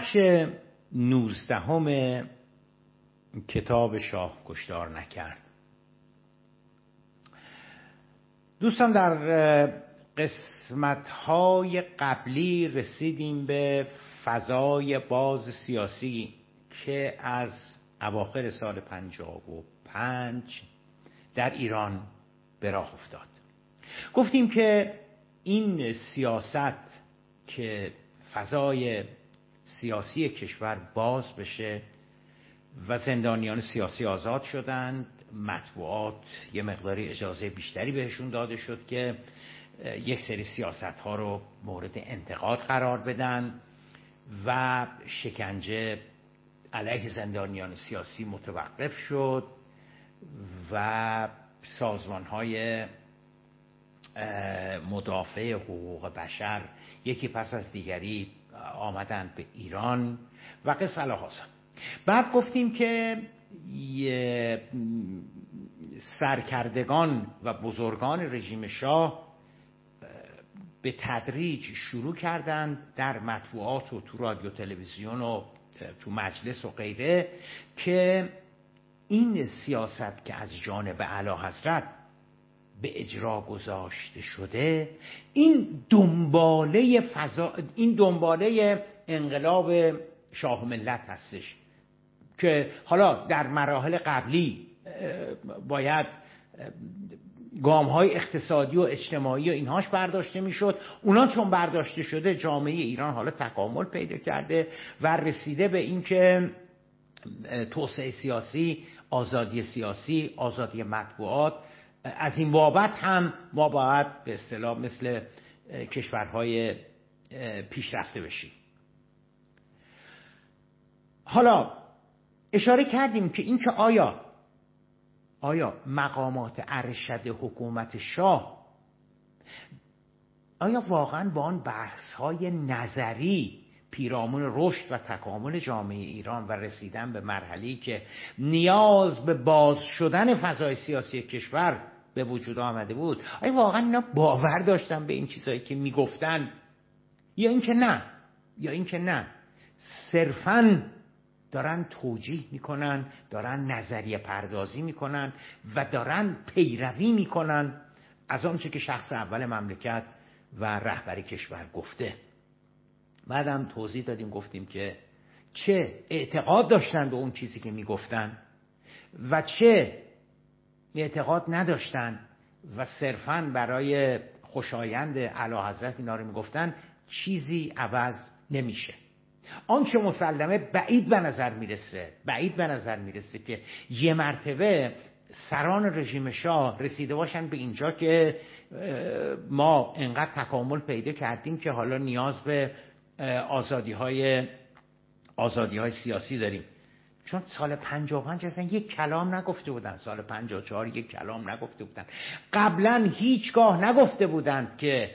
بخش 19 کتاب شاه کشتار نکرد. دوستان، در قسمت‌های قبلی رسیدیم به فضای باز سیاسی که از اواخر سال 55 در ایران به راه افتاد. گفتیم که این سیاست که فضای سیاسی کشور باز بشه و زندانیان سیاسی آزاد شدند، مطبوعات یه مقداری اجازه بیشتری بهشون داده شد که یک سری سیاست‌ها رو مورد انتقاد قرار بدن و شکنجه علیه زندانیان سیاسی متوقف شد و سازمان‌های مدافع حقوق بشر یکی پس از دیگری آمدند به ایران و قصه الهاذا. بعد گفتیم که سرکردگان و بزرگان رژیم شاه به تدریج شروع کردند در مطبوعات و تو رادیو تلویزیون و تو مجلس و غیره که این سیاست که از جانب اعلیحضرت به اجرا گذاشته شده، این دنباله انقلاب شاه ملت هستش که حالا در مراحل قبلی باید گام‌های اقتصادی و اجتماعی و اینهاش برداشته میشد. اونا چون برداشته شده، جامعه ایران حالا تکامل پیدا کرده و رسیده به این که توسعه سیاسی، آزادی سیاسی، آزادی مطبوعات، از این بابت هم ما باید به اصطلاح مثل کشورهای پیشرفته بشیم. حالا اشاره کردیم که این که آیا مقامات ارشد حکومت شاه آیا واقعا با آن بحث‌های نظری پیرامون رشد و تکامل جامعه ایران و رسیدن به مرحله‌ای که نیاز به باز شدن فضای سیاسی کشور به وجود آمده بود، آیا واقعا اینا باور داشتن به این چیزایی که میگفتن یا اینکه نه صرفاً دارن توجیه میکنن، دارن نظریه پردازی میکنن و دارن پیروی میکنن از آنچه که شخص اول مملکت و رهبر کشور گفته. بعدم توضیح دادیم، گفتیم که چه اعتقاد داشتن به اون چیزی که میگفتن و چه اعتقاد نداشتن و صرفاً برای خوشایند اعلیحضرت اینا رو میگفتن، چیزی عوض نمیشه. آنچه مسلمه بعید به نظر میرسه که یه مرتبه سران رژیم شاه رسیده باشن به اینجا که ما انقدر تکامل پیدا کردیم که حالا نیاز به آزادی‌های سیاسی داریم. چون سال 55 اصلا یک کلام نگفته بودن، سال 54 یک کلام نگفته بودن، قبلا هیچگاه نگفته بودند که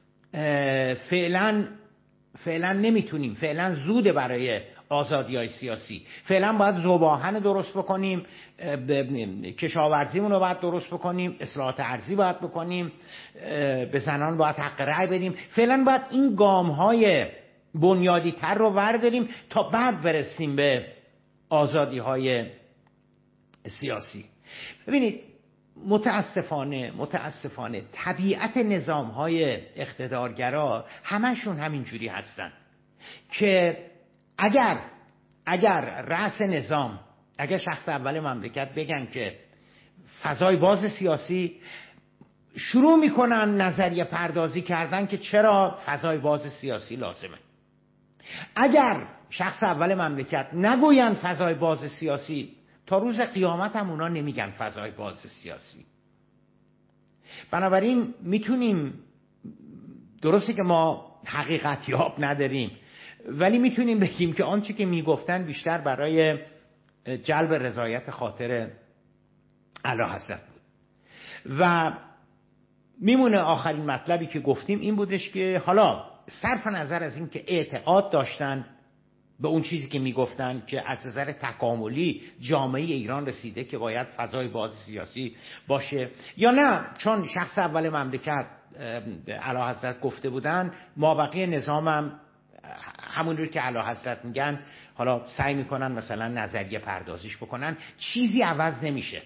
فعلا نمیتونیم، فعلا زوده برای آزادی‌های سیاسی، فعلا باید ذوباهن درست بکنیم، کشاورزیمون رو باید درست بکنیم، اصلاحات ارضی باید بکنیم، به زنان باید حق رأی بدیم، فعلا باید این گام‌های بنیادی تر رو ورداریم تا بعد برسیم به آزادی‌های سیاسی. ببینید متاسفانه طبیعت نظام‌های اقتدارگرا همشون همینجوری هستن که اگر رأس نظام، اگر شخص اول مملکت بگن که فضای باز سیاسی، شروع میکنن نظریه پردازی کردن که چرا فضای باز سیاسی لازمه. اگر شخص اول مملکت نگوین فضای باز سیاسی، تا روز قیامت هم اونا نمیگن فضای باز سیاسی. بنابراین میتونیم، درسته که ما حقیقت یاب نداریم، ولی میتونیم بگیم که آنچه که میگفتن بیشتر برای جلب رضایت خاطر اعلیحضرت بود. و میمونه آخرین مطلبی که گفتیم این بودش که حالا صرف نظر از این که اعتقاد داشتن به اون چیزی که میگفتن که از نظر تکاملی جامعه ایران رسیده که باید فضای باز سیاسی باشه، یا نه چون شخص اول مملکت اعلیحضرت گفته بودن، مابقی نظامم همون رو که اعلیحضرت میگن حالا سعی میکنن مثلا نظریه پردازیش بکنن، چیزی عوض نمیشه.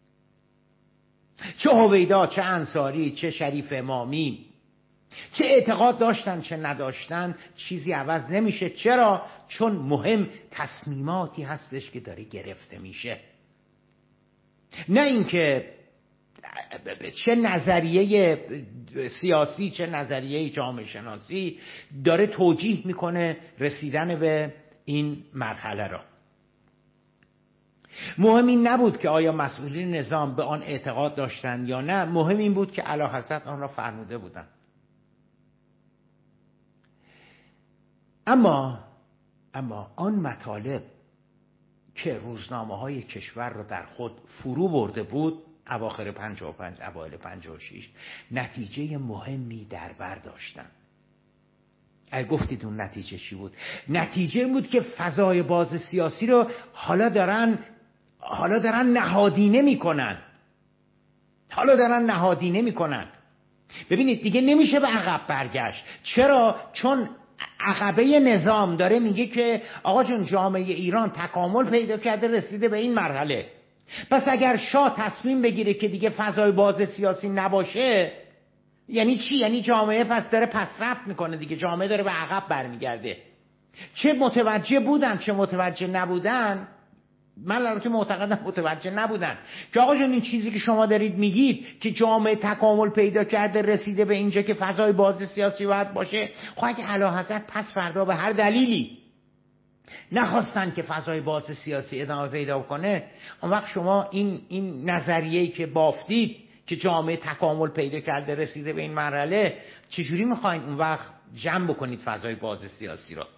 چه هویدا، چه انصاری، چه شریف امامی، چه اعتقاد داشتن چه نداشتن، چیزی عوض نمیشه. چرا؟ چون مهم تصمیماتی هستش که داره گرفته میشه، نه اینکه چه نظریه سیاسی چه نظریه جامعه شناسی داره توجیه میکنه رسیدن به این مرحله را. مهم این نبود که آیا مسئولین نظام به آن اعتقاد داشتند یا نه، مهم این بود که اعلیحضرت آن را فرموده بودند. اما آن مطالب که روزنامه‌های کشور را در خود فرو برده بود اواخر 55 اوایل 56 نتیجه مهمی در بر داشتن. اگه گفتید اون نتیجه چی بود؟ نتیجه این بود که فضای باز سیاسی رو حالا دارن نهادینه میکنن. ببینید دیگه نمیشه به عقب برگشت. چرا؟ چون عقبه نظام داره میگه که آقا جون جامعه ایران تکامل پیدا کرده رسیده به این مرحله. پس اگر شاه تصمیم بگیره که دیگه فضای باز سیاسی نباشه، یعنی چی؟ یعنی جامعه پس داره پسرفت میکنه دیگه، جامعه داره به عقب برمیگرده. چه متوجه بودن چه متوجه نبودن، من البته معتقدم متوجه نبودن که آقا جون این چیزی که شما دارید میگید که جامعه تکامل پیدا کرده رسیده به اینجا که فضای باز سیاسی باید باشه، خب اگه اعلیحضرت پس فردا به هر دلیلی نخواستن که فضای باز سیاسی ادامه پیدا کنه، اون وقت شما این نظریه‌ای که بافتید که جامعه تکامل پیدا کرده رسیده به این مرحله، چجوری میخواین اون وقت جمع بکنید فضای باز سیاسی رو؟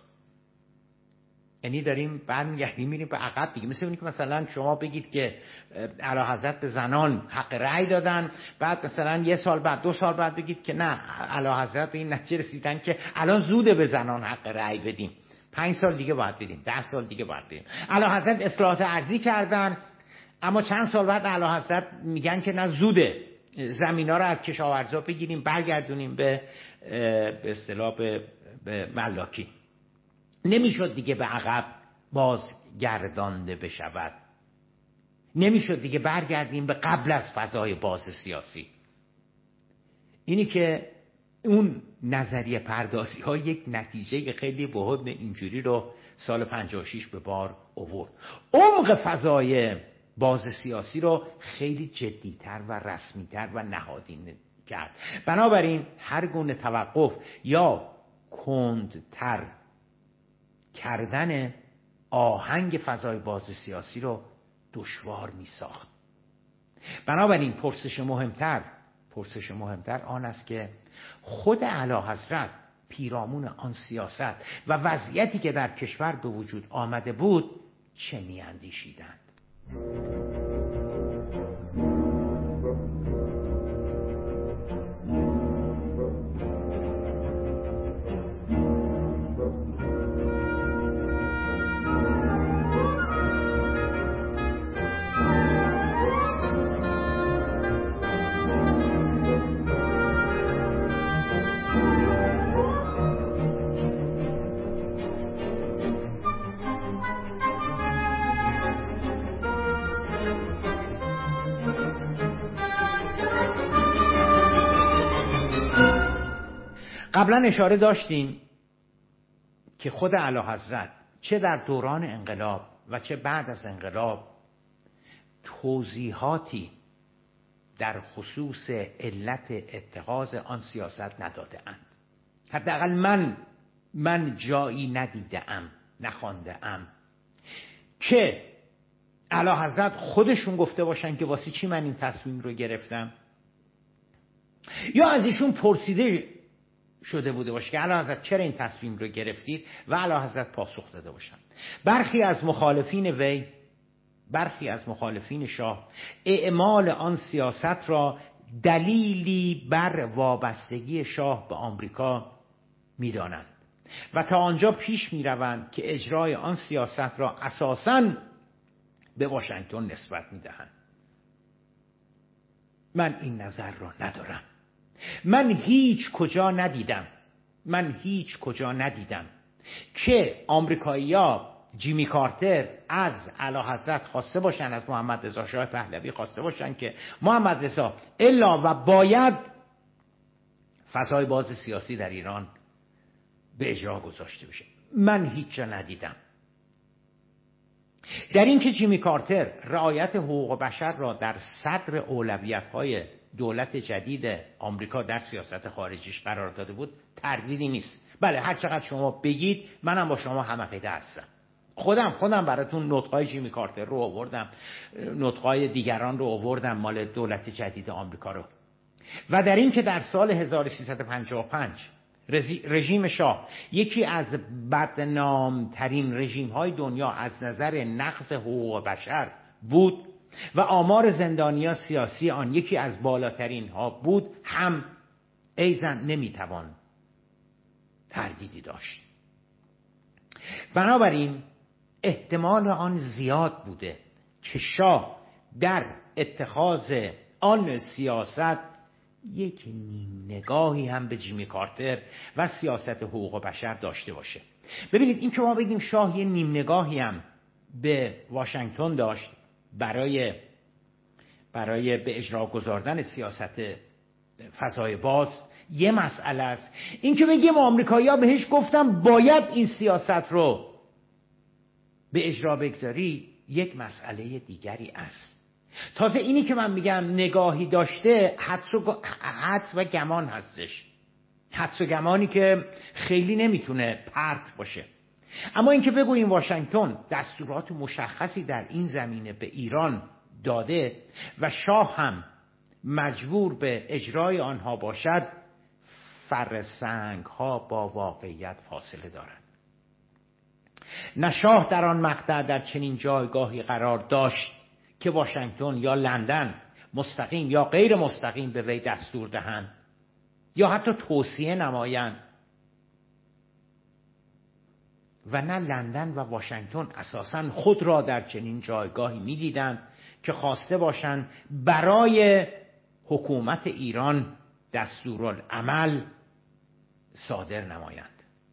یعنی داریم برمیگردیم میریم به عقب دیگه. مثل اونی که مثلا شما بگید که اعلیحضرت به زنان حق رأی دادن، بعد مثلا یه سال بعد 2 سال بعد بگید که نه اعلیحضرت به این نتیجه رسیدن که الان زوده به زنان حق رأی بدیم، 5 سال دیگه باید بدیم، 10 سال دیگه باید بدیم. اعلیحضرت اصلاحات ارضی کردن، اما چند سال بعد اعلیحضرت میگن که نه زوده، زمینا رو از کشاورزا بگیریم برگردونیم به اصطلاح به ملاکی. نمیشد دیگه به عقب بازگردانده بشود، نمیشد دیگه برگردیم به قبل از فضای باز سیاسی. اینی که اون نظریه پردازی ها یک نتیجه خیلی مهم اینجوری رو سال 56 به بار آورد. عمق فضای باز سیاسی رو خیلی جدیتر و رسمیتر و نهادینه کرد. بنابراین هر گونه توقف یا کندتر کردن آهنگ فضای باز سیاسی رو دشوار می ساخت. بنابراین پرسش مهمتر آن است که خود اعلیحضرت پیرامون آن سیاست و وضعیتی که در کشور به وجود آمده بود چه می اندیشیدند؟ قبلا اشاره داشتیم که خود اعلیحضرت چه در دوران انقلاب و چه بعد از انقلاب توضیحاتی در خصوص علت اتخاذ آن سیاست نداده اند. حداقل من جایی ندیدم، نخواندم که اعلیحضرت خودشون گفته باشن که واسه چی من این تصمیم رو گرفتم، یا از ایشون پرسیده شده بوده باشه که اعلیحضرت چرا این تصمیم رو گرفتید و اعلیحضرت پاسخ داده باشن. برخی از مخالفین شاه اعمال آن سیاست را دلیلی بر وابستگی شاه به آمریکا می‌دانند و تا آنجا پیش می‌روند که اجرای آن سیاست را اساساً به واشنگتن نسبت می‌دهند. من این نظر را ندارم. من هیچ کجا ندیدم که آمریکایی‌ها جیمی کارتر از اعلیحضرت خواسته باشن، از محمد رضا شاه پهلوی خواسته باشن که محمد رضا الا و باید فضای باز سیاسی در ایران به اجرا گذاشته بشه. من هیچ جا ندیدم در این که جیمی کارتر رعایت حقوق بشر را در صدر اولویت‌های دولت جدید آمریکا در سیاست خارجیش قرار داده بود تردیدی نیست. بله هر چقدر شما بگید منم با شما هم عقیده هستم. خودم براتون نطق‌های جیمی کارتر رو آوردم، نطق‌های دیگران رو آوردم مال دولت جدید آمریکا رو. و در این که در سال 1355 رژیم شاه یکی از بدنامترین رژیم‌های دنیا از نظر نقض حقوق بشر بود و آمار زندانیان سیاسی آن یکی از بالاترین ها بود، هم ایزن نمیتوان تردیدی داشت. بنابراین احتمال آن زیاد بوده که شاه در اتخاذ آن سیاست یک نیم نگاهی هم به جیمی کارتر و سیاست حقوق بشر داشته باشه. ببینید این که ما بگیم شاه یه نیم نگاهی هم به واشنگتن داشت برای به اجرا گذاردن سیاست فضای باز یه مسئله است. این که بگیم آمریکایی‌ها بهش گفتم باید این سیاست رو به اجرا بگذاری یک مسئله دیگری است. تازه اینی که من میگم نگاهی داشته حدس و گمان هستش، حدس و گمانی که خیلی نمیتونه پرت باشه. اما اینکه بگوییم واشنگتن دستورات مشخصی در این زمینه به ایران داده و شاه هم مجبور به اجرای آنها باشد، فرسنگ ها با واقعیت فاصله دارد. نه شاه در آن مقطع در چنین جایگاهی قرار داشت که واشنگتن یا لندن مستقیم یا غیر مستقیم به وی دستور دهند یا حتی توصیه نمایند. و نه لندن و واشنگتن اساساً خود را در چنین جایگاهی می‌دیدند که خواسته باشند برای حکومت ایران دستورالعمل صادر نمایند.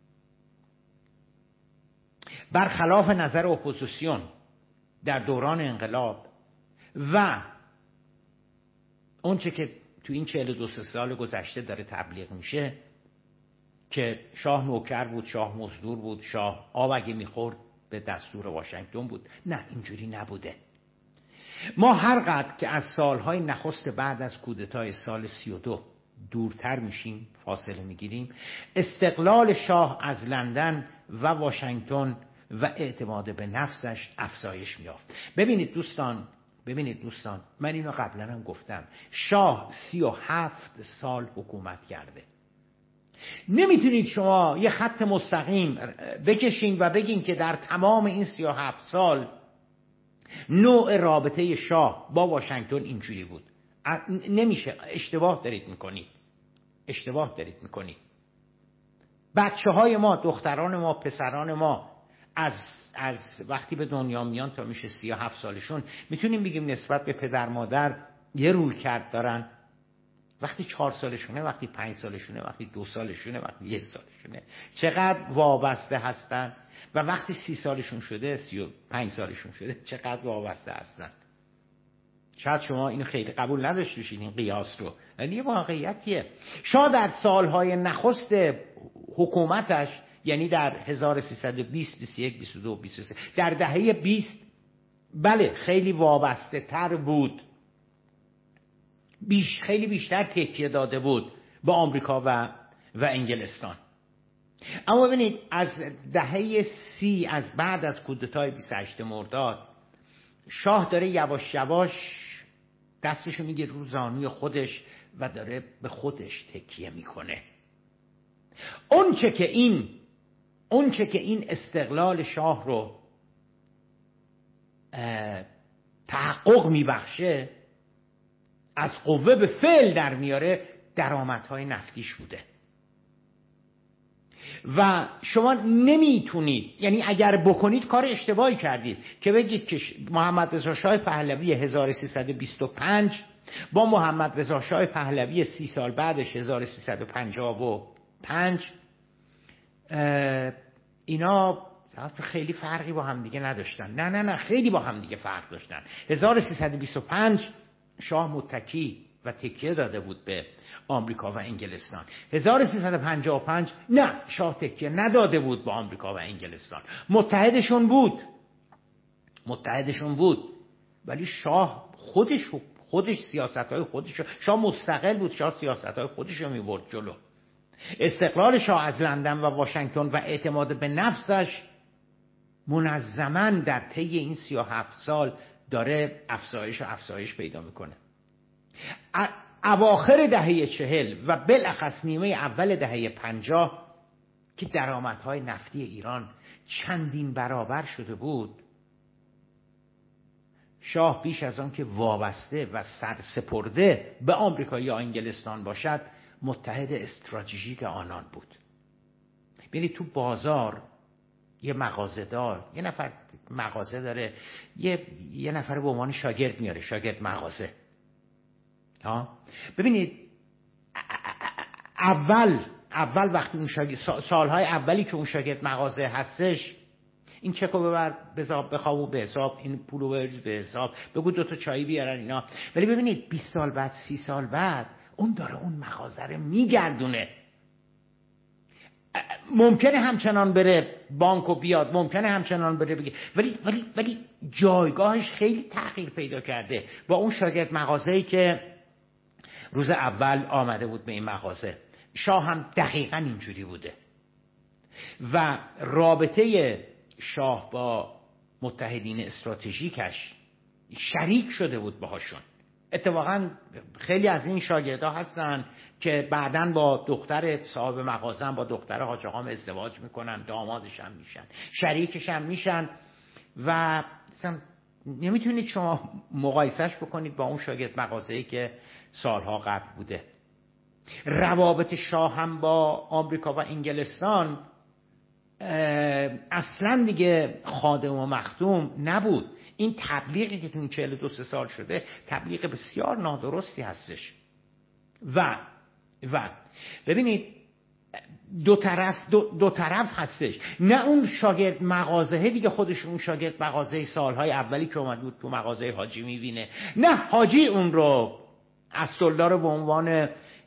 برخلاف نظر اپوزیسیون در دوران انقلاب و اونچه که تو این 42 سال گذشته داره تبلیغ میشه که شاه نوکر بود، شاه مزدور بود، شاه آب اگه میخورد به دستور واشنگتن بود، نه اینجوری نبوده. ما هر قدر که از سالهای نخست بعد از کودتای سال 32 دورتر میشیم، فاصله میگیریم، استقلال شاه از لندن و واشنگتن و اعتماد به نفسش افزایش می‌یافت. ببینید دوستان من اینو قبلا هم گفتم، شاه 37 سال حکومت کرده. نمیتونید شما یه خط مستقیم بکشین و بگین که در تمام این 37 سال نوع رابطه شاه با واشنگتن اینجوری بود. نمیشه. اشتباه دارید میکنید. بچه‌های ما، دختران ما، پسران ما از وقتی به دنیا میان تا میشه 37 سالشون میتونیم بگیم نسبت به پدر مادر یه رویکرد دارن. وقتی 4 سالشونه، وقتی 5 سالشونه، وقتی 2 سالشونه، وقتی 1 سالشونه چقدر وابسته هستن و وقتی 30 سالشون شده، 35 سالشون شده چقدر وابسته هستن. شاید شما اینو خیلی قبول نداشته باشید این قیاس رو، ولی یه واقعیتیه. شاه در سالهای نخست حکومتش، یعنی در 1320 21 22 23 در دهه 20 بله خیلی وابسته تر بود، خیلی بیشتر تکیه داده بود با آمریکا و انگلستان. اما ببینید از دهه 30 از بعد از کودتای 28 مرداد شاه داره یواش یواش دستشو میگه رو زانوی خودش و داره به خودش تکیه میکنه. اونچه که این استقلال شاه رو تحقق میبخشه، از قوه به فعل در میاره، درآمدهای نفتیش بوده. و شما نمیتونید، یعنی اگر بکنید کار اشتباهی کردید که بگید که محمد رضا شاه پهلوی 1325 با محمد رضا شاه پهلوی 30 سال بعدش 1355 اینا خیلی فرقی با هم دیگه نداشتن. نه خیلی با هم دیگه فرق داشتن. 1325 شاه متکی و تکیه داده بود به آمریکا و انگلستان. 1355 نه، شاه تکیه نداده بود به آمریکا و انگلستان. متحدشون بود، ولی شاه خودش سیاست‌های خودش، شاه مستقل بود، شاه سیاست‌های خودش رو می‌برد جلو. استقلال شاه از لندن و واشنگتن و اعتماد به نفسش منظماً در طی این 37 سال داره افزایش پیدا میکنه. اواخر دهه 40 و بالاخص نیمه اول دهه 50 که درآمدهای نفتی ایران چندین برابر شده بود، شاه بیش از آن که وابسته و سرسپرده به آمریکا یا انگلستان باشد، متحد استراتژیک آنان بود. ببینید تو بازار یه مغازه‌دار، یه نفر مغازه داره، یه نفر به عنوان شاگرد میاره، شاگرد مغازه. ببینید اول وقتی اون سالهای اولی که اون شاگرد مغازه هستش، این چکو ببر بخواب به حساب، این پولو بریز به حساب، بگو 2 تا چای بیارن اینا. ولی ببینید 20 سال بعد، 30 سال بعد اون داره اون مغازه رو میگردونه. ممکنه همچنان بره بانک و بیاد، ممکنه همچنان بره بگه، ولی جایگاهش خیلی تغییر پیدا کرده با اون شاگرد مغازه‌ای که روز اول آمده بود به این مغازه. شاه هم دقیقاً اینجوری بوده و رابطه شاه با متحدین استراتژیکش شریک شده بود باهاشون. اتفاقاً خیلی از این شاگردها هستن که بعداً با دختر صاحب مغازه، با دختر حاج آقام ازدواج میکنن، دامادش هم میشن، شریکش هم میشن و مثلا نمیتونید شما مقایسهش بکنید با اون شاگرد مغازه‌ای که سالها قبل بوده. روابط شاه هم با آمریکا و انگلستان اصلا دیگه خادم و مخدوم نبود. این تبلیغی که تو این 42 سال شده تبلیغ بسیار نادرستی هستش و ببینید دو طرف هستش. نه اون شاگرد مغازه دیگه خودش اون شاگرد مغازه سالهای اولی که اومد بود تو مغازه حاجی میبینه، نه حاجی اون رو اسدالله رو به عنوان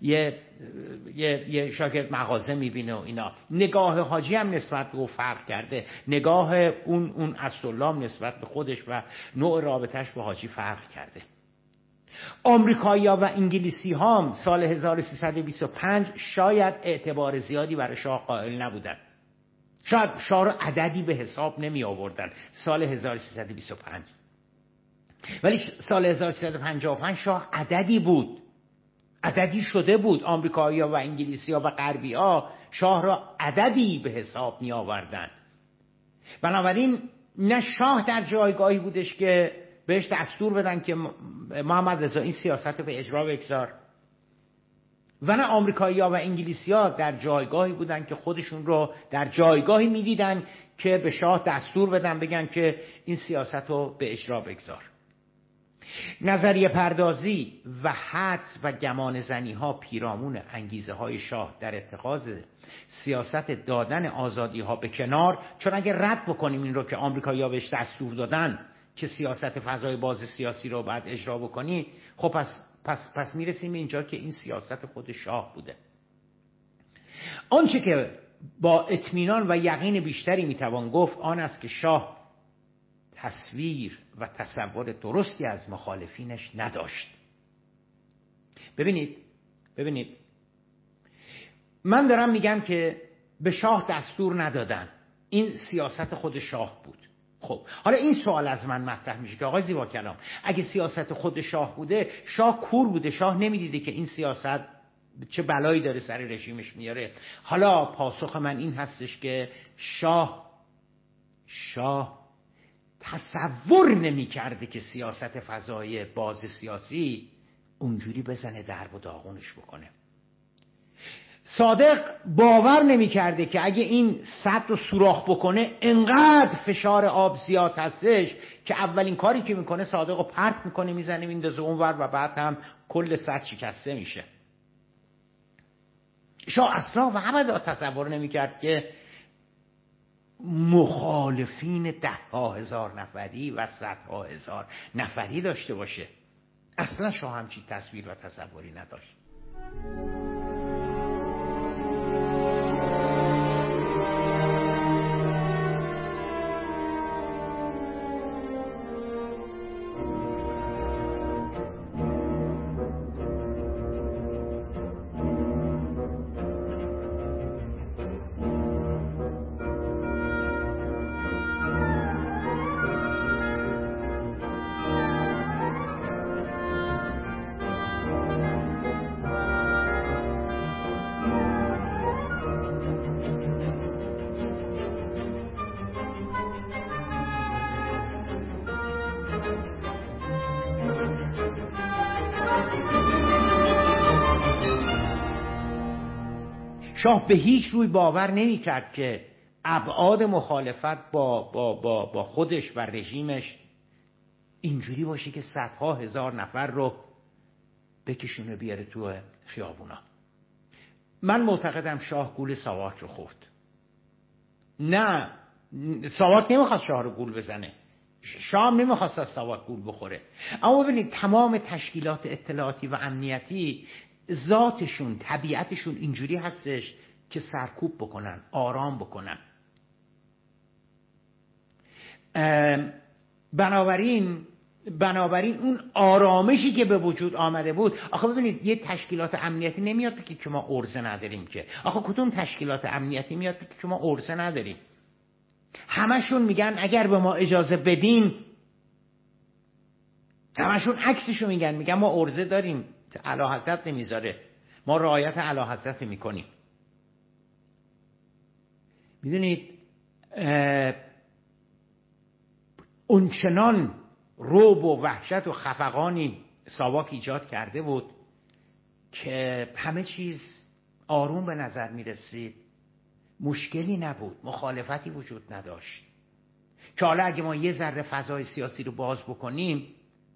یه شاگرد مغازه میبینه و اینا. نگاه حاجی هم نسبت به او فرق کرده، نگاه اون اسدالله هم نسبت به خودش و نوع رابطهش با حاجی فرق کرده. آمریکایی‌ها و انگلیسی‌ها هم سال 1325 شاید اعتبار زیادی برای شاه قائل نبودن. شاید شاه رو عددی به حساب نمی آوردن سال 1325. ولی سال 1355 شاه عددی بود، عددی شده بود. آمریکایی‌ها و انگلیسی‌ها و غربی‌ها شاه را عددی به حساب می آوردن. بنابراین نه شاه در جایگاهی بودش که بهش دستور بدن که محمد رضا این سیاست رو به اجرا بگذار، و نه آمریکایی‌ها و انگلیسی‌ها در جایگاهی بودن که خودشون رو در جایگاهی می‌دیدن که به شاه دستور بدن، بگن که این سیاست رو به اجرا بگذار. نظریه پردازی و حدس و گمان زنی ها پیرامون انگیزه های شاه در اتخاذ سیاست دادن آزادی ها به کنار، چون اگر رد بکنیم این رو که آمریکایی‌ها بهش دستور دادن که سیاست فضای باز سیاسی رو باید اجرا بکنی، خب پس میرسیم به اینجا که این سیاست خود شاه بوده. آنچه که با اطمینان و یقین بیشتری میتوان گفت آن است که شاه تصویر و تصور درستی از مخالفینش نداشت. ببینید من دارم میگم که به شاه دستور ندادن، این سیاست خود شاه بود. خب حالا این سوال از من مطرح میشه که آقای زیبا کلام، اگه سیاست خود شاه بوده، شاه کور بوده، شاه نمیدیده که این سیاست چه بلایی داره سر رژیمش میاره. حالا پاسخ من این هستش که شاه تصور نمی کرده که سیاست فضای باز سیاسی اونجوری بزنه درب و داغونش بکنه. صادق باور نمی کرده که اگه این سد رو سوراخ بکنه انقدر فشار آب زیاد هستش که اولین کاری که میکنه صادق رو پرت میکنه، میزنه میندازه اونور و بعد هم کل سد شکسته میشه. شاه اصلا و ابدا تصور نمی کرد که مخالفین 10,000 نفری و 100,000 نفری داشته باشه. اصلا شاه همچین تصویر و تصوری نداشت. شاه به هیچ روی باور نمی کرد که ابعاد مخالفت با خودش و رژیمش اینجوری باشه که 100,000 نفر رو بکشونه بیاره تو خیابونا. من معتقدم شاه گول ساواک رو خورد. نه، ساواک نمیخواست شاه رو گول بزنه، شاه هم نمیخواست از ساواک گول بخوره. اما ببینید تمام تشکیلات اطلاعاتی و امنیتی ذاتشون، طبیعتشون اینجوری هستش که سرکوب بکنن، آرام بکنن. بنابراین اون آرامشی که به وجود آمده بود، آخه ببینید یه تشکیلات امنیتی نمیاد بگه که ما عرضه نداریم که. آخه کدوم تشکیلات امنیتی میاد بگه که ما عرضه نداریم؟ همشون میگن اگر به ما اجازه بدین، همشون عکسشو میگن ما عرضه داریم، اعلیحضرت نمیذاره، ما رعایت اعلیحضرت میکنیم. میدونید اونچنان رعب و وحشت و خفقانی ساواک ایجاد کرده بود که همه چیز آروم به نظر میرسید، مشکلی نبود، مخالفتی وجود نداشت. که حالا اگه ما یه ذره فضای سیاسی رو باز بکنیم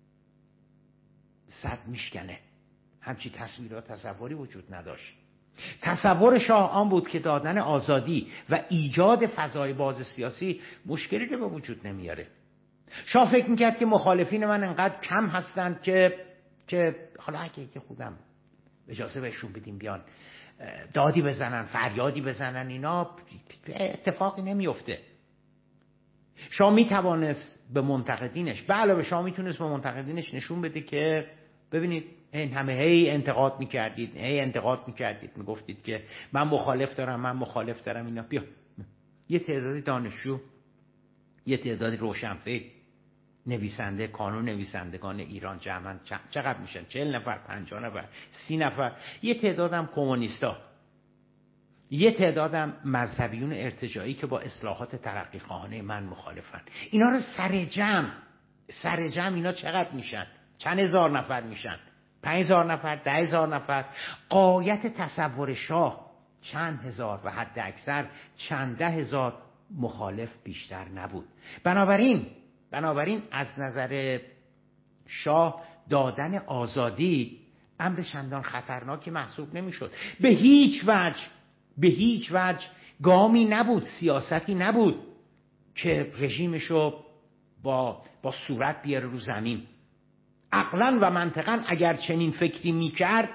صد میشکنه. همچی تصویرات تصوری وجود نداشت. تصور شاه آن بود که دادن آزادی و ایجاد فضای باز سیاسی مشکلی رو به وجود نمیاره. شاه فکر میکرد که مخالفین من انقدر کم هستند که حالا اگه خودم اجازه بهشون بدیم بیان دادی بزنن، فریادی بزنن، اینا اتفاقی نمیفته. شاه میتوانست به منتقدینش، به علاوه شاه میتونست به منتقدینش نشون بده که ببینید این همه هی انتقاد میکردید، میگفتید که من مخالف دارم اینا، بیا یه تعدادی دانشجو، یه تعدادی روشنفکر، نویسنده، کانون نویسندگان ایران جمعاً چقدر میشن؟ 40 نفر، 50 نفر، 30 نفر، یه تعدادم کمونیستا، یه تعدادم مذهبیون ارتجاعی که با اصلاحات ترقی خواهانه من مخالفن. اینا رو سر جمع اینا چقدر میشن؟ چند هزار نفر میشن؟ 5,000 نفر، 10,000 نفر. غایت تصور شاه چند هزار و حد اکثر چند 10,000 مخالف بیشتر نبود. بنابراین از نظر شاه دادن آزادی امر چندان خطرناکی محسوب نمیشد. به هیچ وجه گامی نبود، سیاستی نبود که رژیمشو با صورت بیاره رو زمین. عقلاً و منطقاً اگر چنین فکری میکرد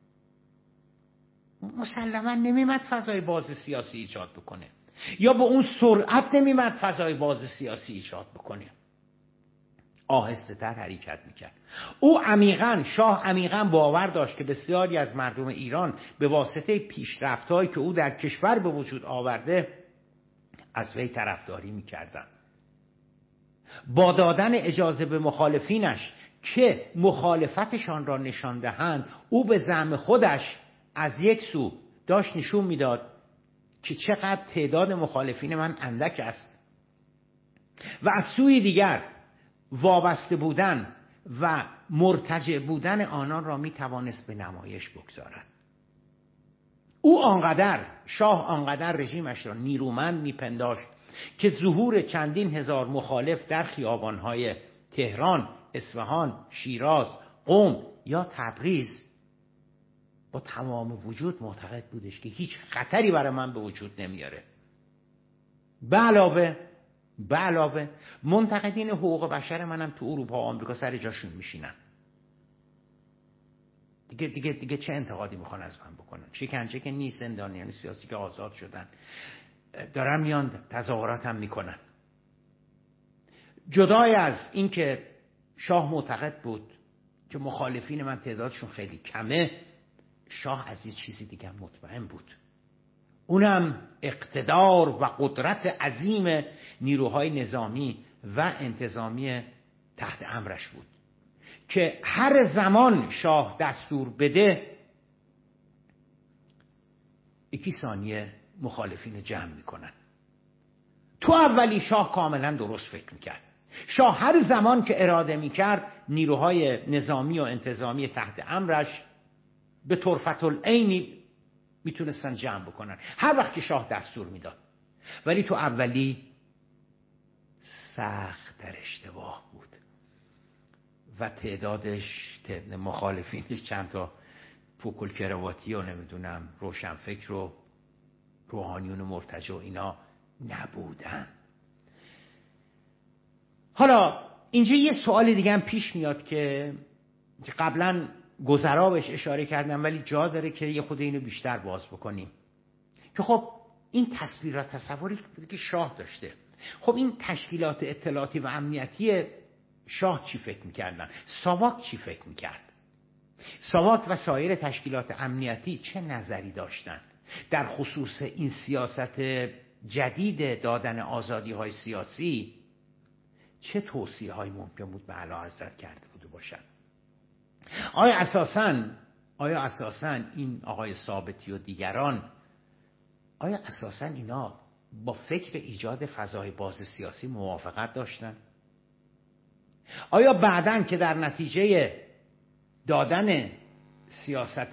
مسلماً نمیمد فضای باز سیاسی ایجاد بکنه، یا به اون سرعت نمیمد فضای باز سیاسی ایجاد بکنه. آهسته تر حرکت میکرد. شاه عمیقاً باور داشت که بسیاری از مردم ایران به واسطه پیشرفت‌هایی که او در کشور به وجود آورده از وی طرفداری میکردند. با دادن اجازه به مخالفینش که مخالفتشان را نشان دهند، او به زعم خودش از یک سو داشت نشون میداد که چقدر تعداد مخالفین من اندک است و از سوی دیگر وابسته بودن و مرتجع بودن آنان را می توانست به نمایش بگذارد. شاه آنقدر رژیمش را نیرومند میپنداشت که ظهور چندین هزار مخالف در خیابانهای تهران، اصفهان، شیراز، قم یا تبریز با تمام وجود معتقد بودش که هیچ خطری برای من به وجود نمیاره. به علاوه منتقدین حقوق بشر منم تو اروپا و آمریکا سر جاشون میشینن. دیگه چه انتقادی میخوان از من بکنن؟ شکنجه که نیست، زندانیان سیاسی که آزاد شدن دارن میان تظاهرات هم میکنن. جدای از این که شاه معتقد بود که مخالفین من تعدادشون خیلی کمه، شاه از این چیزی دیگه مطمئن بود، اونم اقتدار و قدرت عظیم نیروهای نظامی و انتظامی تحت امرش بود که هر زمان شاه دستور بده 1 ثانیه مخالفین جمع میکنن. تو اولی شاه کاملا درست فکر میکرد. شاه هر زمان که اراده میکرد نیروهای نظامی و انتظامی تحت امرش به طرفت العینی میتونستن جمع بکنن هر وقت که شاه دستور میداد. ولی تو اولی سخت در اشتباه بود و مخالفینش چند تا پوکل کرواتی و نمیدونم روشنفکر و روحانیون مرتجع و اینا نبودن. حالا اینجا یه سوال دیگه هم پیش میاد که قبلا گذرا بهش اشاره کردم ولی جا داره که یه خود اینو بیشتر باز بکنیم که خب این تصویرات تصوری که شاه داشته، خب این تشکیلات اطلاعاتی و امنیتی شاه چی فکر میکردن؟ ساواک چی فکر میکرد؟ ساواک و سایر تشکیلات امنیتی چه نظری داشتن در خصوص این سیاست جدید دادن آزادی های سیاسی؟ چه توصیه های ممکن بود به اعلیحضرت کرده بوده باشن؟ آیا اساساً این آقای ثابتی و دیگران آیا اساساً اینا با فکر ایجاد فضای باز سیاسی موافقت داشتن؟ آیا بعداً که در نتیجه دادن سیاست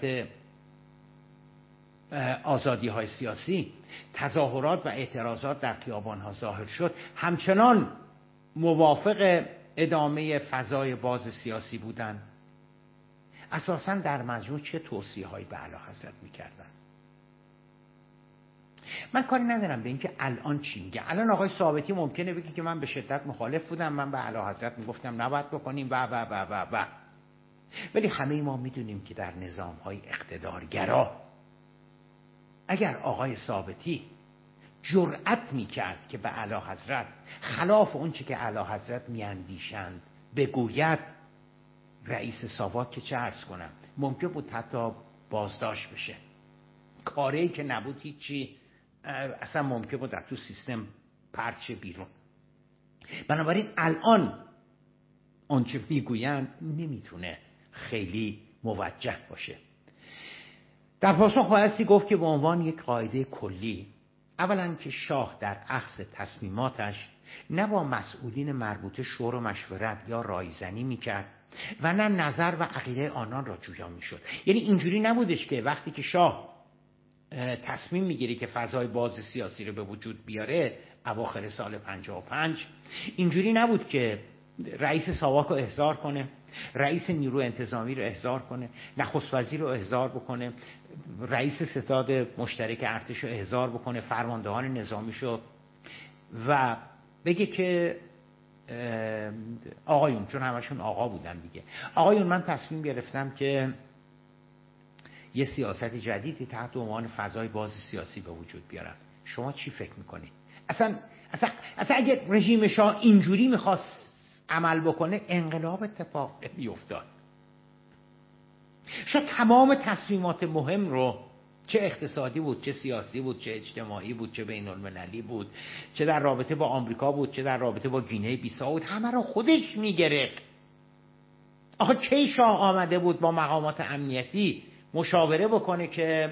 آزادی های سیاسی تظاهرات و اعتراضات در خیابان‌ها ظاهر شد همچنان موافق ادامه فضای باز سیاسی بودن؟ اساساً در مجموع چه توصیه‌هایی به اعلیحضرت می‌کردن؟ من کاری ندارم به اینکه الان چی میگه. الان آقای ثابتی ممکنه بگه که من به شدت مخالف بودم، من به اعلیحضرت میگفتم نباید بکنیم و ولی همه ما میدونیم که در نظام‌های اقتدارگرا اگر آقای ثابتی جرأت میکرد که به اعلیحضرت خلاف اون چی که اعلیحضرت میاندیشند بگوید، رئیس ساواک که چه عرض کنم ممکن بود حتی بازداشت بشه، کاری که نبود هیچی، اصلا ممکن بود در تو سیستم پرچه بیرون. بنابراین الان آنچه میگویند نمیتونه خیلی موجه باشه. در پاسخ بایستی گفت که به عنوان یک قاعده کلی، اولا که شاه در اخذ تصمیماتش نه با مسئولین مربوطه شور و مشورت یا رایزنی میکرد و نه نظر و عقیده آنان را جویا میشد. یعنی اینجوری نبودش که وقتی که شاه تصمیم میگیره که فضای باز سیاسی رو به وجود بیاره اواخر سال 55، اینجوری نبود که رئیس ساواک رو احضار کنه، رئیس نیروی انتظامی رو احضار کنه، نخست وزیر رو احضار بکنه، رئیس ستاد مشترک ارتش رو احضار بکنه، فرماندهان نظامیشو، و بگه که آقایون، چون همشون آقا بودن دیگه، آقایون من تصمیم گرفتم که یه سیاست جدیدی تحت عنوان فضای باز سیاسی به وجود بیارم، شما چی فکر میکنید؟ اصلا اگه رژیم شاه اینجوری میخواست عمل بکنه انقلاب اتفاق میافتاد. شاید تمام تصمیمات مهم رو، چه اقتصادی بود، چه سیاسی بود، چه اجتماعی بود، چه بین المللی بود، چه در رابطه با آمریکا بود، چه در رابطه با گینه بیساو بود، همه رو خودش میگرفت. آخه کی شاه آمده بود با مقامات امنیتی مشاوره بکنه که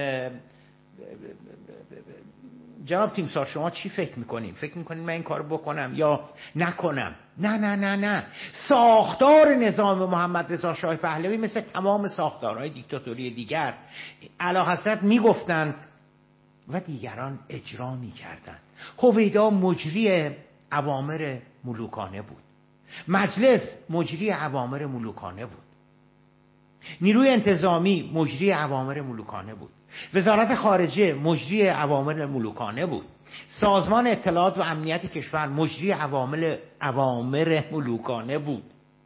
جناب تیمسار شما چی فکر میکنیم؟ فکر میکنیم من این کار بکنم یا نکنم؟ نه. ساختار نظام محمد رضا شاه پهلوی مثل تمام ساختارهای دیکتاتوری دیگر اعلیحضرت میگفتند و دیگران اجرا میکردند. هویدا مجری اوامر ملوکانه بود، مجلس مجری اوامر ملوکانه بود، نیروی انتظامی مجری اوامر ملوکانه بود، وزارت خارجه مجری اوامر ملوکانه بود. سازمان اطلاعات و امنیت کشور مجری اوامر ملوکانه بود.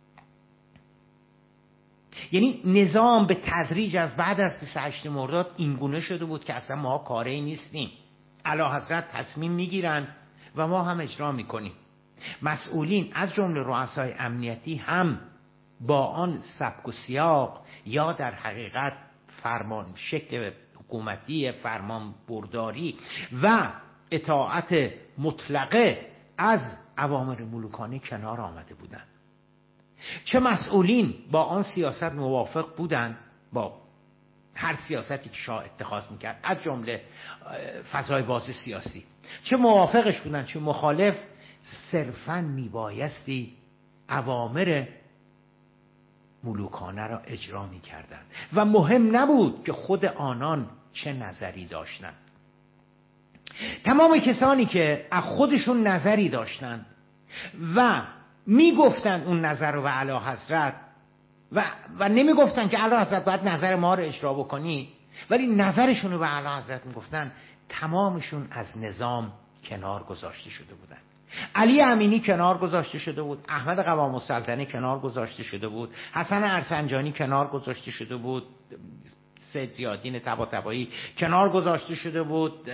یعنی نظام به تدریج از بعد از 28 مرداد اینگونه شده بود که اصلا ما کاری نیستیم، اعلیحضرت تصمیم میگیرند و ما هم اجرا میکنیم. مسئولین از جمله رؤسای امنیتی هم با آن سبک و سیاق یا در حقیقت فرمان شکل حکومتی فرمان برداری و اطاعت مطلقه از اوامر ملوکانه کنار آمده بودند. چه مسئولین با آن سیاست موافق بودند، با هر سیاستی که شاه اتخاذ میکرد از جمله فضای باز سیاسی، چه موافقش بودند چه مخالف، صرفاً میبایستی اوامر ملوکانه را اجرا میکردند و مهم نبود که خود آنان چه نظری داشتند. تمام کسانی که از خودشون نظری داشتند و میگفتن اون نظر رو به اعلیحضرت و نمیگفتن که اعلیحضرت باید نظر ما رو اجرا بکنی، ولی نظرشون رو به اعلیحضرت میگفتن، تمامشون از نظام کنار گذاشته شده بودن. علی امینی کنار گذاشته شده بود، احمد قوام السلطنه کنار گذاشته شده بود، حسن ارسنجانی کنار گذاشته شده بود، سید زیادین طباطبایی کنار گذاشته شده بود،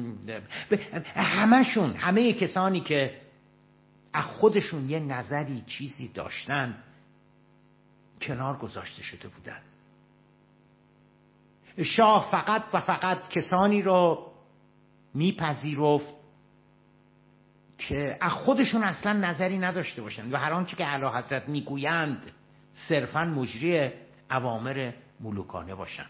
همشون، همه کسانی که از خودشون یه نظری چیزی داشتن کنار گذاشته شده بودن. شاه فقط و فقط کسانی رو میپذیرفت که از خودشون اصلا نظری نداشته باشند و هر آنچه که اعلیحضرت میگویند صرفاً مجری اوامر ملوکانه باشند.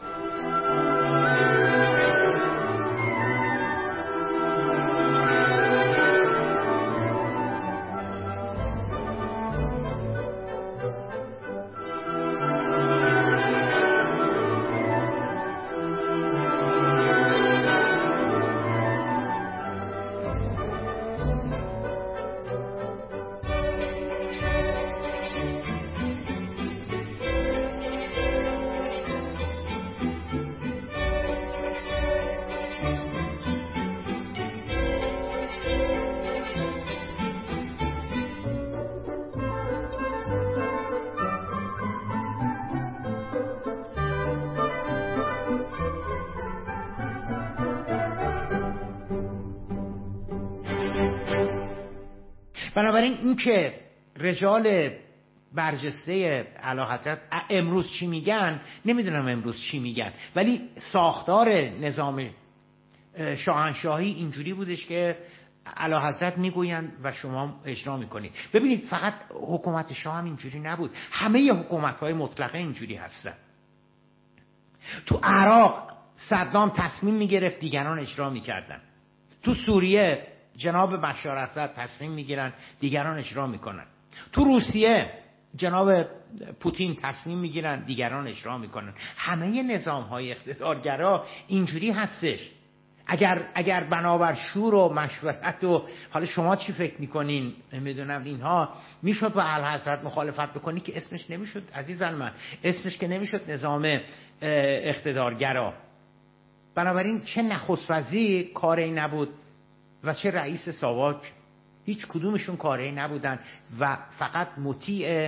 بنابراین این که رجال برجسته اعلیحضرت امروز چی میگن، نمیدونم امروز چی میگن، ولی ساختار نظام شاهنشاهی اینجوری بودش که اعلیحضرت میگویند و شما اجرا میکنید. ببینید فقط حکومت شاه هم اینجوری نبود، همه حکومت‌های مطلقه اینجوری هستن. تو عراق صدام تصمیم میگرفت، دیگران اجرا میکردن. تو سوریه جناب بشار اسد تصمیم میگیرن، دیگران اجرا میکنن. تو روسیه جناب پوتین تصمیم میگیرن، دیگران اجرا میکنن. همه نظام‌های اقتدارگرا اینجوری هستش. اگر بنابر شور و مشورت و حالا شما چی فکر میکنین نمیدونم اینها میشد با اعلیحضرت مخالفت بکنی که اسمش نمیشد عزیزان من، اسمش که نمیشد نظام اقتدارگرا. بنابراین چه نخست وزیر کاری نبود و چه رئیس ساواک، هیچ کدومشون کاری نبودن و فقط مطیع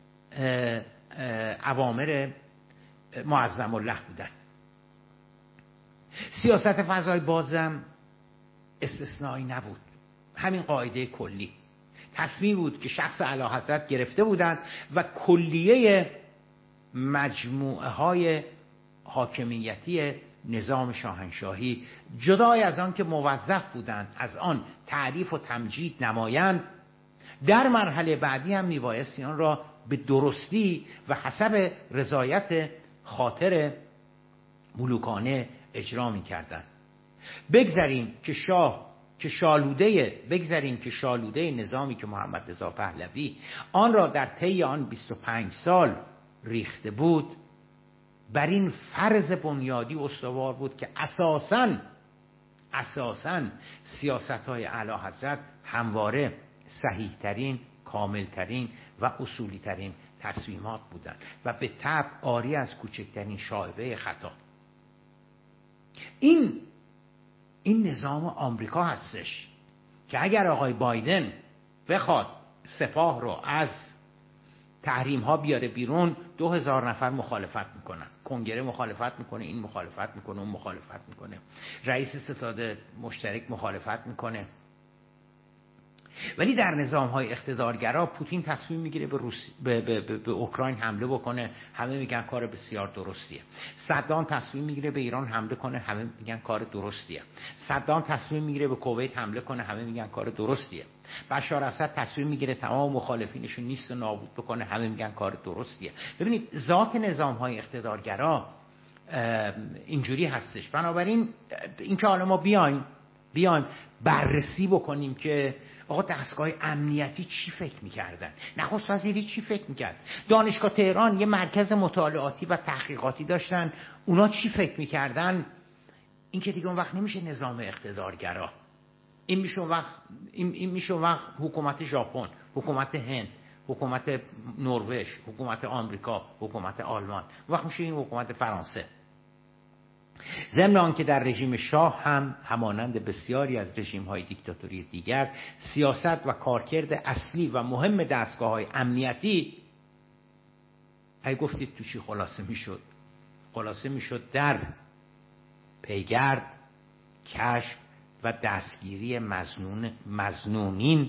اوامر معظم الله بودن. سیاست فضای بازم استثنایی نبود، همین قاعده کلی تصمیم بود که شخص اعلیحضرت گرفته بودند و کلیه مجموعه های حاکمیتی نظام شاهنشاهی جدای از آن که موظف بودند از آن تعریف و تمجید نمایند، در مرحله بعدی هم میبایستی آن را به درستی و حسب رضایت خاطر ملوکانه اجرا میکردند. بگذاریم که شالوده نظامی که محمد رضا پهلوی آن را در طی آن 25 سال ریخته بود، بر این فرض بنیادی استوار بود که اساساً سیاست‌های اعلیحضرت همواره صحیح‌ترین، کامل‌ترین و اصولی‌ترین تصمیمات بودند و به طبع عاری از کوچکترین شایبه خطا. این این نظام آمریکا هستش که اگر آقای بایدن بخواد سپاه رو از تحریم ها بیاره بیرون 2000 نفر مخالفت میکنن، کنگره مخالفت میکنه، این مخالفت میکنه، اون مخالفت میکنه، رئیس ستاد مشترک مخالفت میکنه. ولی در نظام‌های اقتدارگرا پوتین تصمیم میگیره به اوکراین حمله بکنه، همه میگن کار بسیار درستیه. صدام تصمیم میگیره به ایران حمله کنه، همه میگن کار درستیه. صدام تصمیم میگیره به کویت حمله کنه، همه میگن کار درستیه. بشار اسد تصمیم میگیره تمام مخالفینش رو نیست و نابود بکنه، همه میگن کار درستیه. ببینید ذات نظام‌های اقتدارگرا اینجوری هستش. بنابراین اینکه حالا ما بیایم بررسی بکنیم که آقا دستگاه امنیتی چی فکر میکردن، نخست وزیری چی فکر میکرد، دانشگاه تهران یه مرکز مطالعاتی و تحقیقاتی داشتن، اونا چی فکر میکردن، این که دیگه اون وقت نمیشه نظام اقتدارگرا. این میشه اون وقت حکومت ژاپن، حکومت هند، حکومت نروژ، حکومت آمریکا، حکومت آلمان، اون وقت میشه این حکومت فرانسه. ضمن آنکه در رژیم شاه هم همانند بسیاری از رژیم‌های دیکتاتوری دیگر سیاست و کارکرد اصلی و مهم دستگاه‌های امنیتی اگه گفتید تو چی خلاصه میشد در پیگرد، کشف و دستگیری مظنونین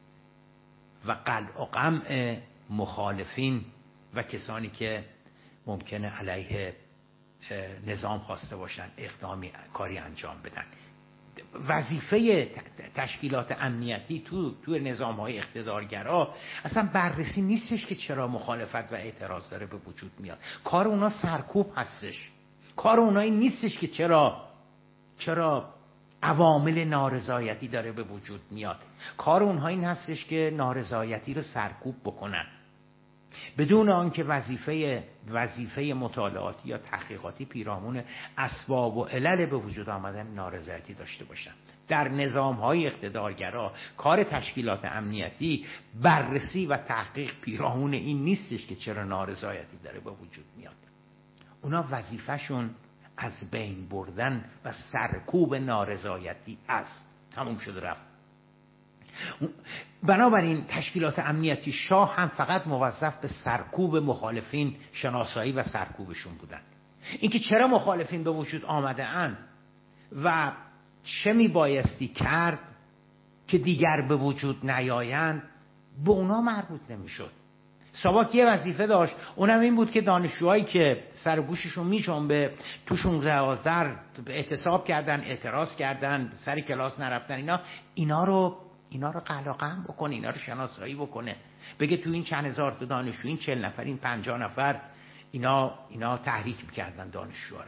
و قلع و قمع مخالفین و کسانی که ممکنه علیه نظام خواسته باشن اقدامی کاری انجام بدن. وظیفه تشکیلات امنیتی تو نظام‌های اقتدارگرا اصلا بررسی نیستش که چرا مخالفت و اعتراض داره به وجود میاد. کار اونا سرکوب هستش. کار اونایی نیستش که چرا عوامل نارضایتی داره به وجود میاد. کار اونها این هستش که نارضایتی رو سرکوب بکنن، بدون آنکه وظیفه مطالعاتی یا تحقیقاتی پیرامون اسباب و علل به وجود آمدن نارضایتی داشته باشن. در نظام‌های اقتدارگرا کار تشکیلات امنیتی بررسی و تحقیق پیرامون این نیستش که چرا نارضایتی داره به وجود میاد. اونا وظیفه‌شون از بین بردن و سرکوب نارضایتی است. تموم شد رفت. بنابراین تشکیلات امنیتی شاه هم فقط موظف به سرکوب مخالفین شناسایی و سرکوبشون بودن. اینکه چرا مخالفین به وجود آمده اند و چه میبایستی کرد که دیگر به وجود نیایند به اونا مربوط نمیشد. ساواک یه وظیفه داشت، اونم این بود که دانشجوهایی که سر گوششون میجنبه تو 16 آذر اعتصاب کردن، اعتراض کردن، سر کلاس نرفتن، اینا رو قلقم بکنه، اینا رو شناسایی بکنه، بگه تو این چند هزار تا دانشجو، این 40 نفر، این 50 نفر اینا تحریک میکردن دانشجوها رو.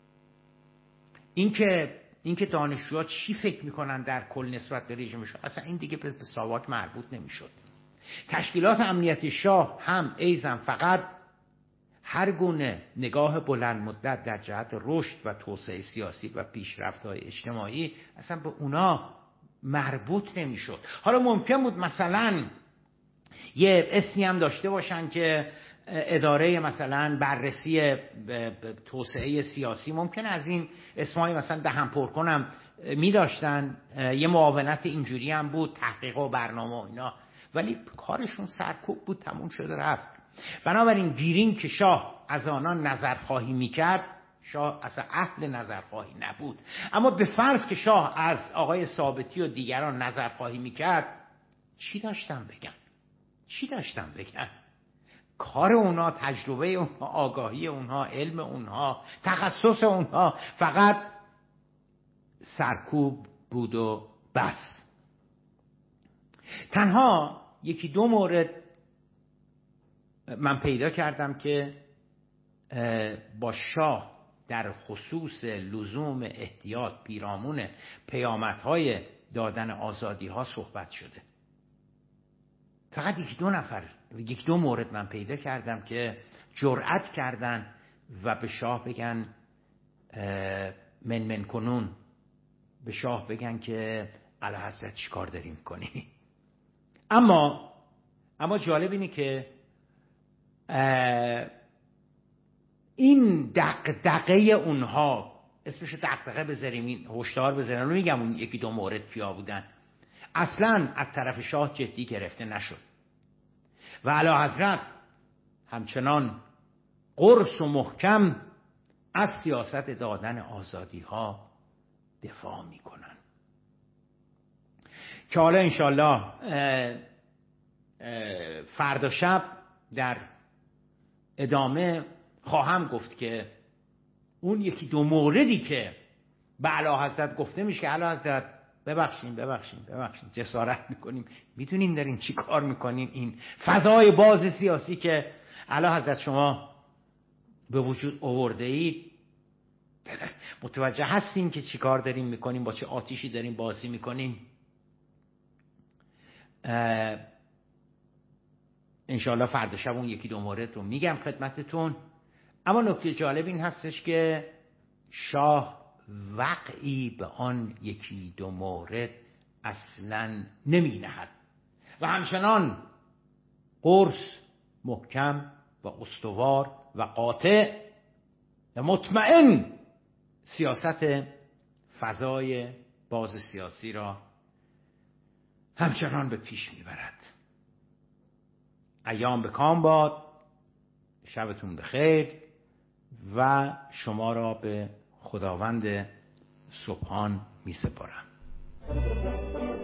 اینکه دانشجوها چی فکر میکنن در کل نسبت به رژیمشون، اصلا این دیگه به ساواک مربوط نمیشد. تشکیلات امنیتی شاه هم ایزن فقط هر گونه نگاه بلند مدت در جهت رشد و توسعه سیاسی و پیشرفت‌های اجتماعی اصلا به اونا مربوط نمیشد. حالا ممکن بود مثلا یه اسمی هم داشته باشن که اداره مثلا بررسی توسعه سیاسی، ممکن از این اسمای مثلا دهن پر کنم می داشتن، یه معاونت اینجوری هم بود، تحقیق و برنامه و اینا، ولی کارشون سرکوب بود، تموم شده رفت. بنابراین گیرین که شاه از آنان نظرخواهی میکرد، شاه اصلا اهل نظرخواهی نبود، اما به فرض که شاه از آقای ثابتی و دیگران نظرخواهی میکرد، چی داشتن بگن؟ کار اونا، تجربه اونها، آگاهی اونها، علم اونها، تخصص اونها فقط سرکوب بود و بس. تنها یکی دو مورد من پیدا کردم که با شاه در خصوص لزوم احتیاط پیرامون پیامدهای دادن آزادی ها صحبت شده. فقط یک دو مورد من پیدا کردم که جرأت کردن و به شاه بگن من کنون، به شاه بگن که اعلیحضرت چی کار داری میکنی؟ اما جالب اینه که این دغدغه اونها اسمشو دغدغه بذاریم، این هشدار بذاریم، میگم اون یکی دو مورد کیا بودن، اصلا از طرف شاه جدی گرفته نشد و اعلیحضرت همچنان قرص و محکم از سیاست دادن آزادی ها دفاع میکنن که حالا انشالله فردا شب در ادامه خواهم گفت که اون یکی دو موردی که به اعلیحضرت گفته میشه که اعلیحضرت ببخشین جسارت میکنیم، میدونیم دارین چی کار میکنین، این فضای باز سیاسی که اعلیحضرت شما به وجود آورده اید متوجه هستیم که چی کار داریم میکنیم، با چه آتیشی داریم بازی میکنیم. انشاءالله فردا شب اون یکی دو مورد رو میگم خدمتتون. اما نکته جالب این هستش که شاه وقعی به آن یکی دو مورد اصلا نمی نهد و همچنان قرص محکم و استوار و قاطع و مطمئن سیاست فضای باز سیاسی را همچنان به پیش میبرد. ایام به کام باد، شبتون بخیر و شما را به خداوند سبحان می سپارم.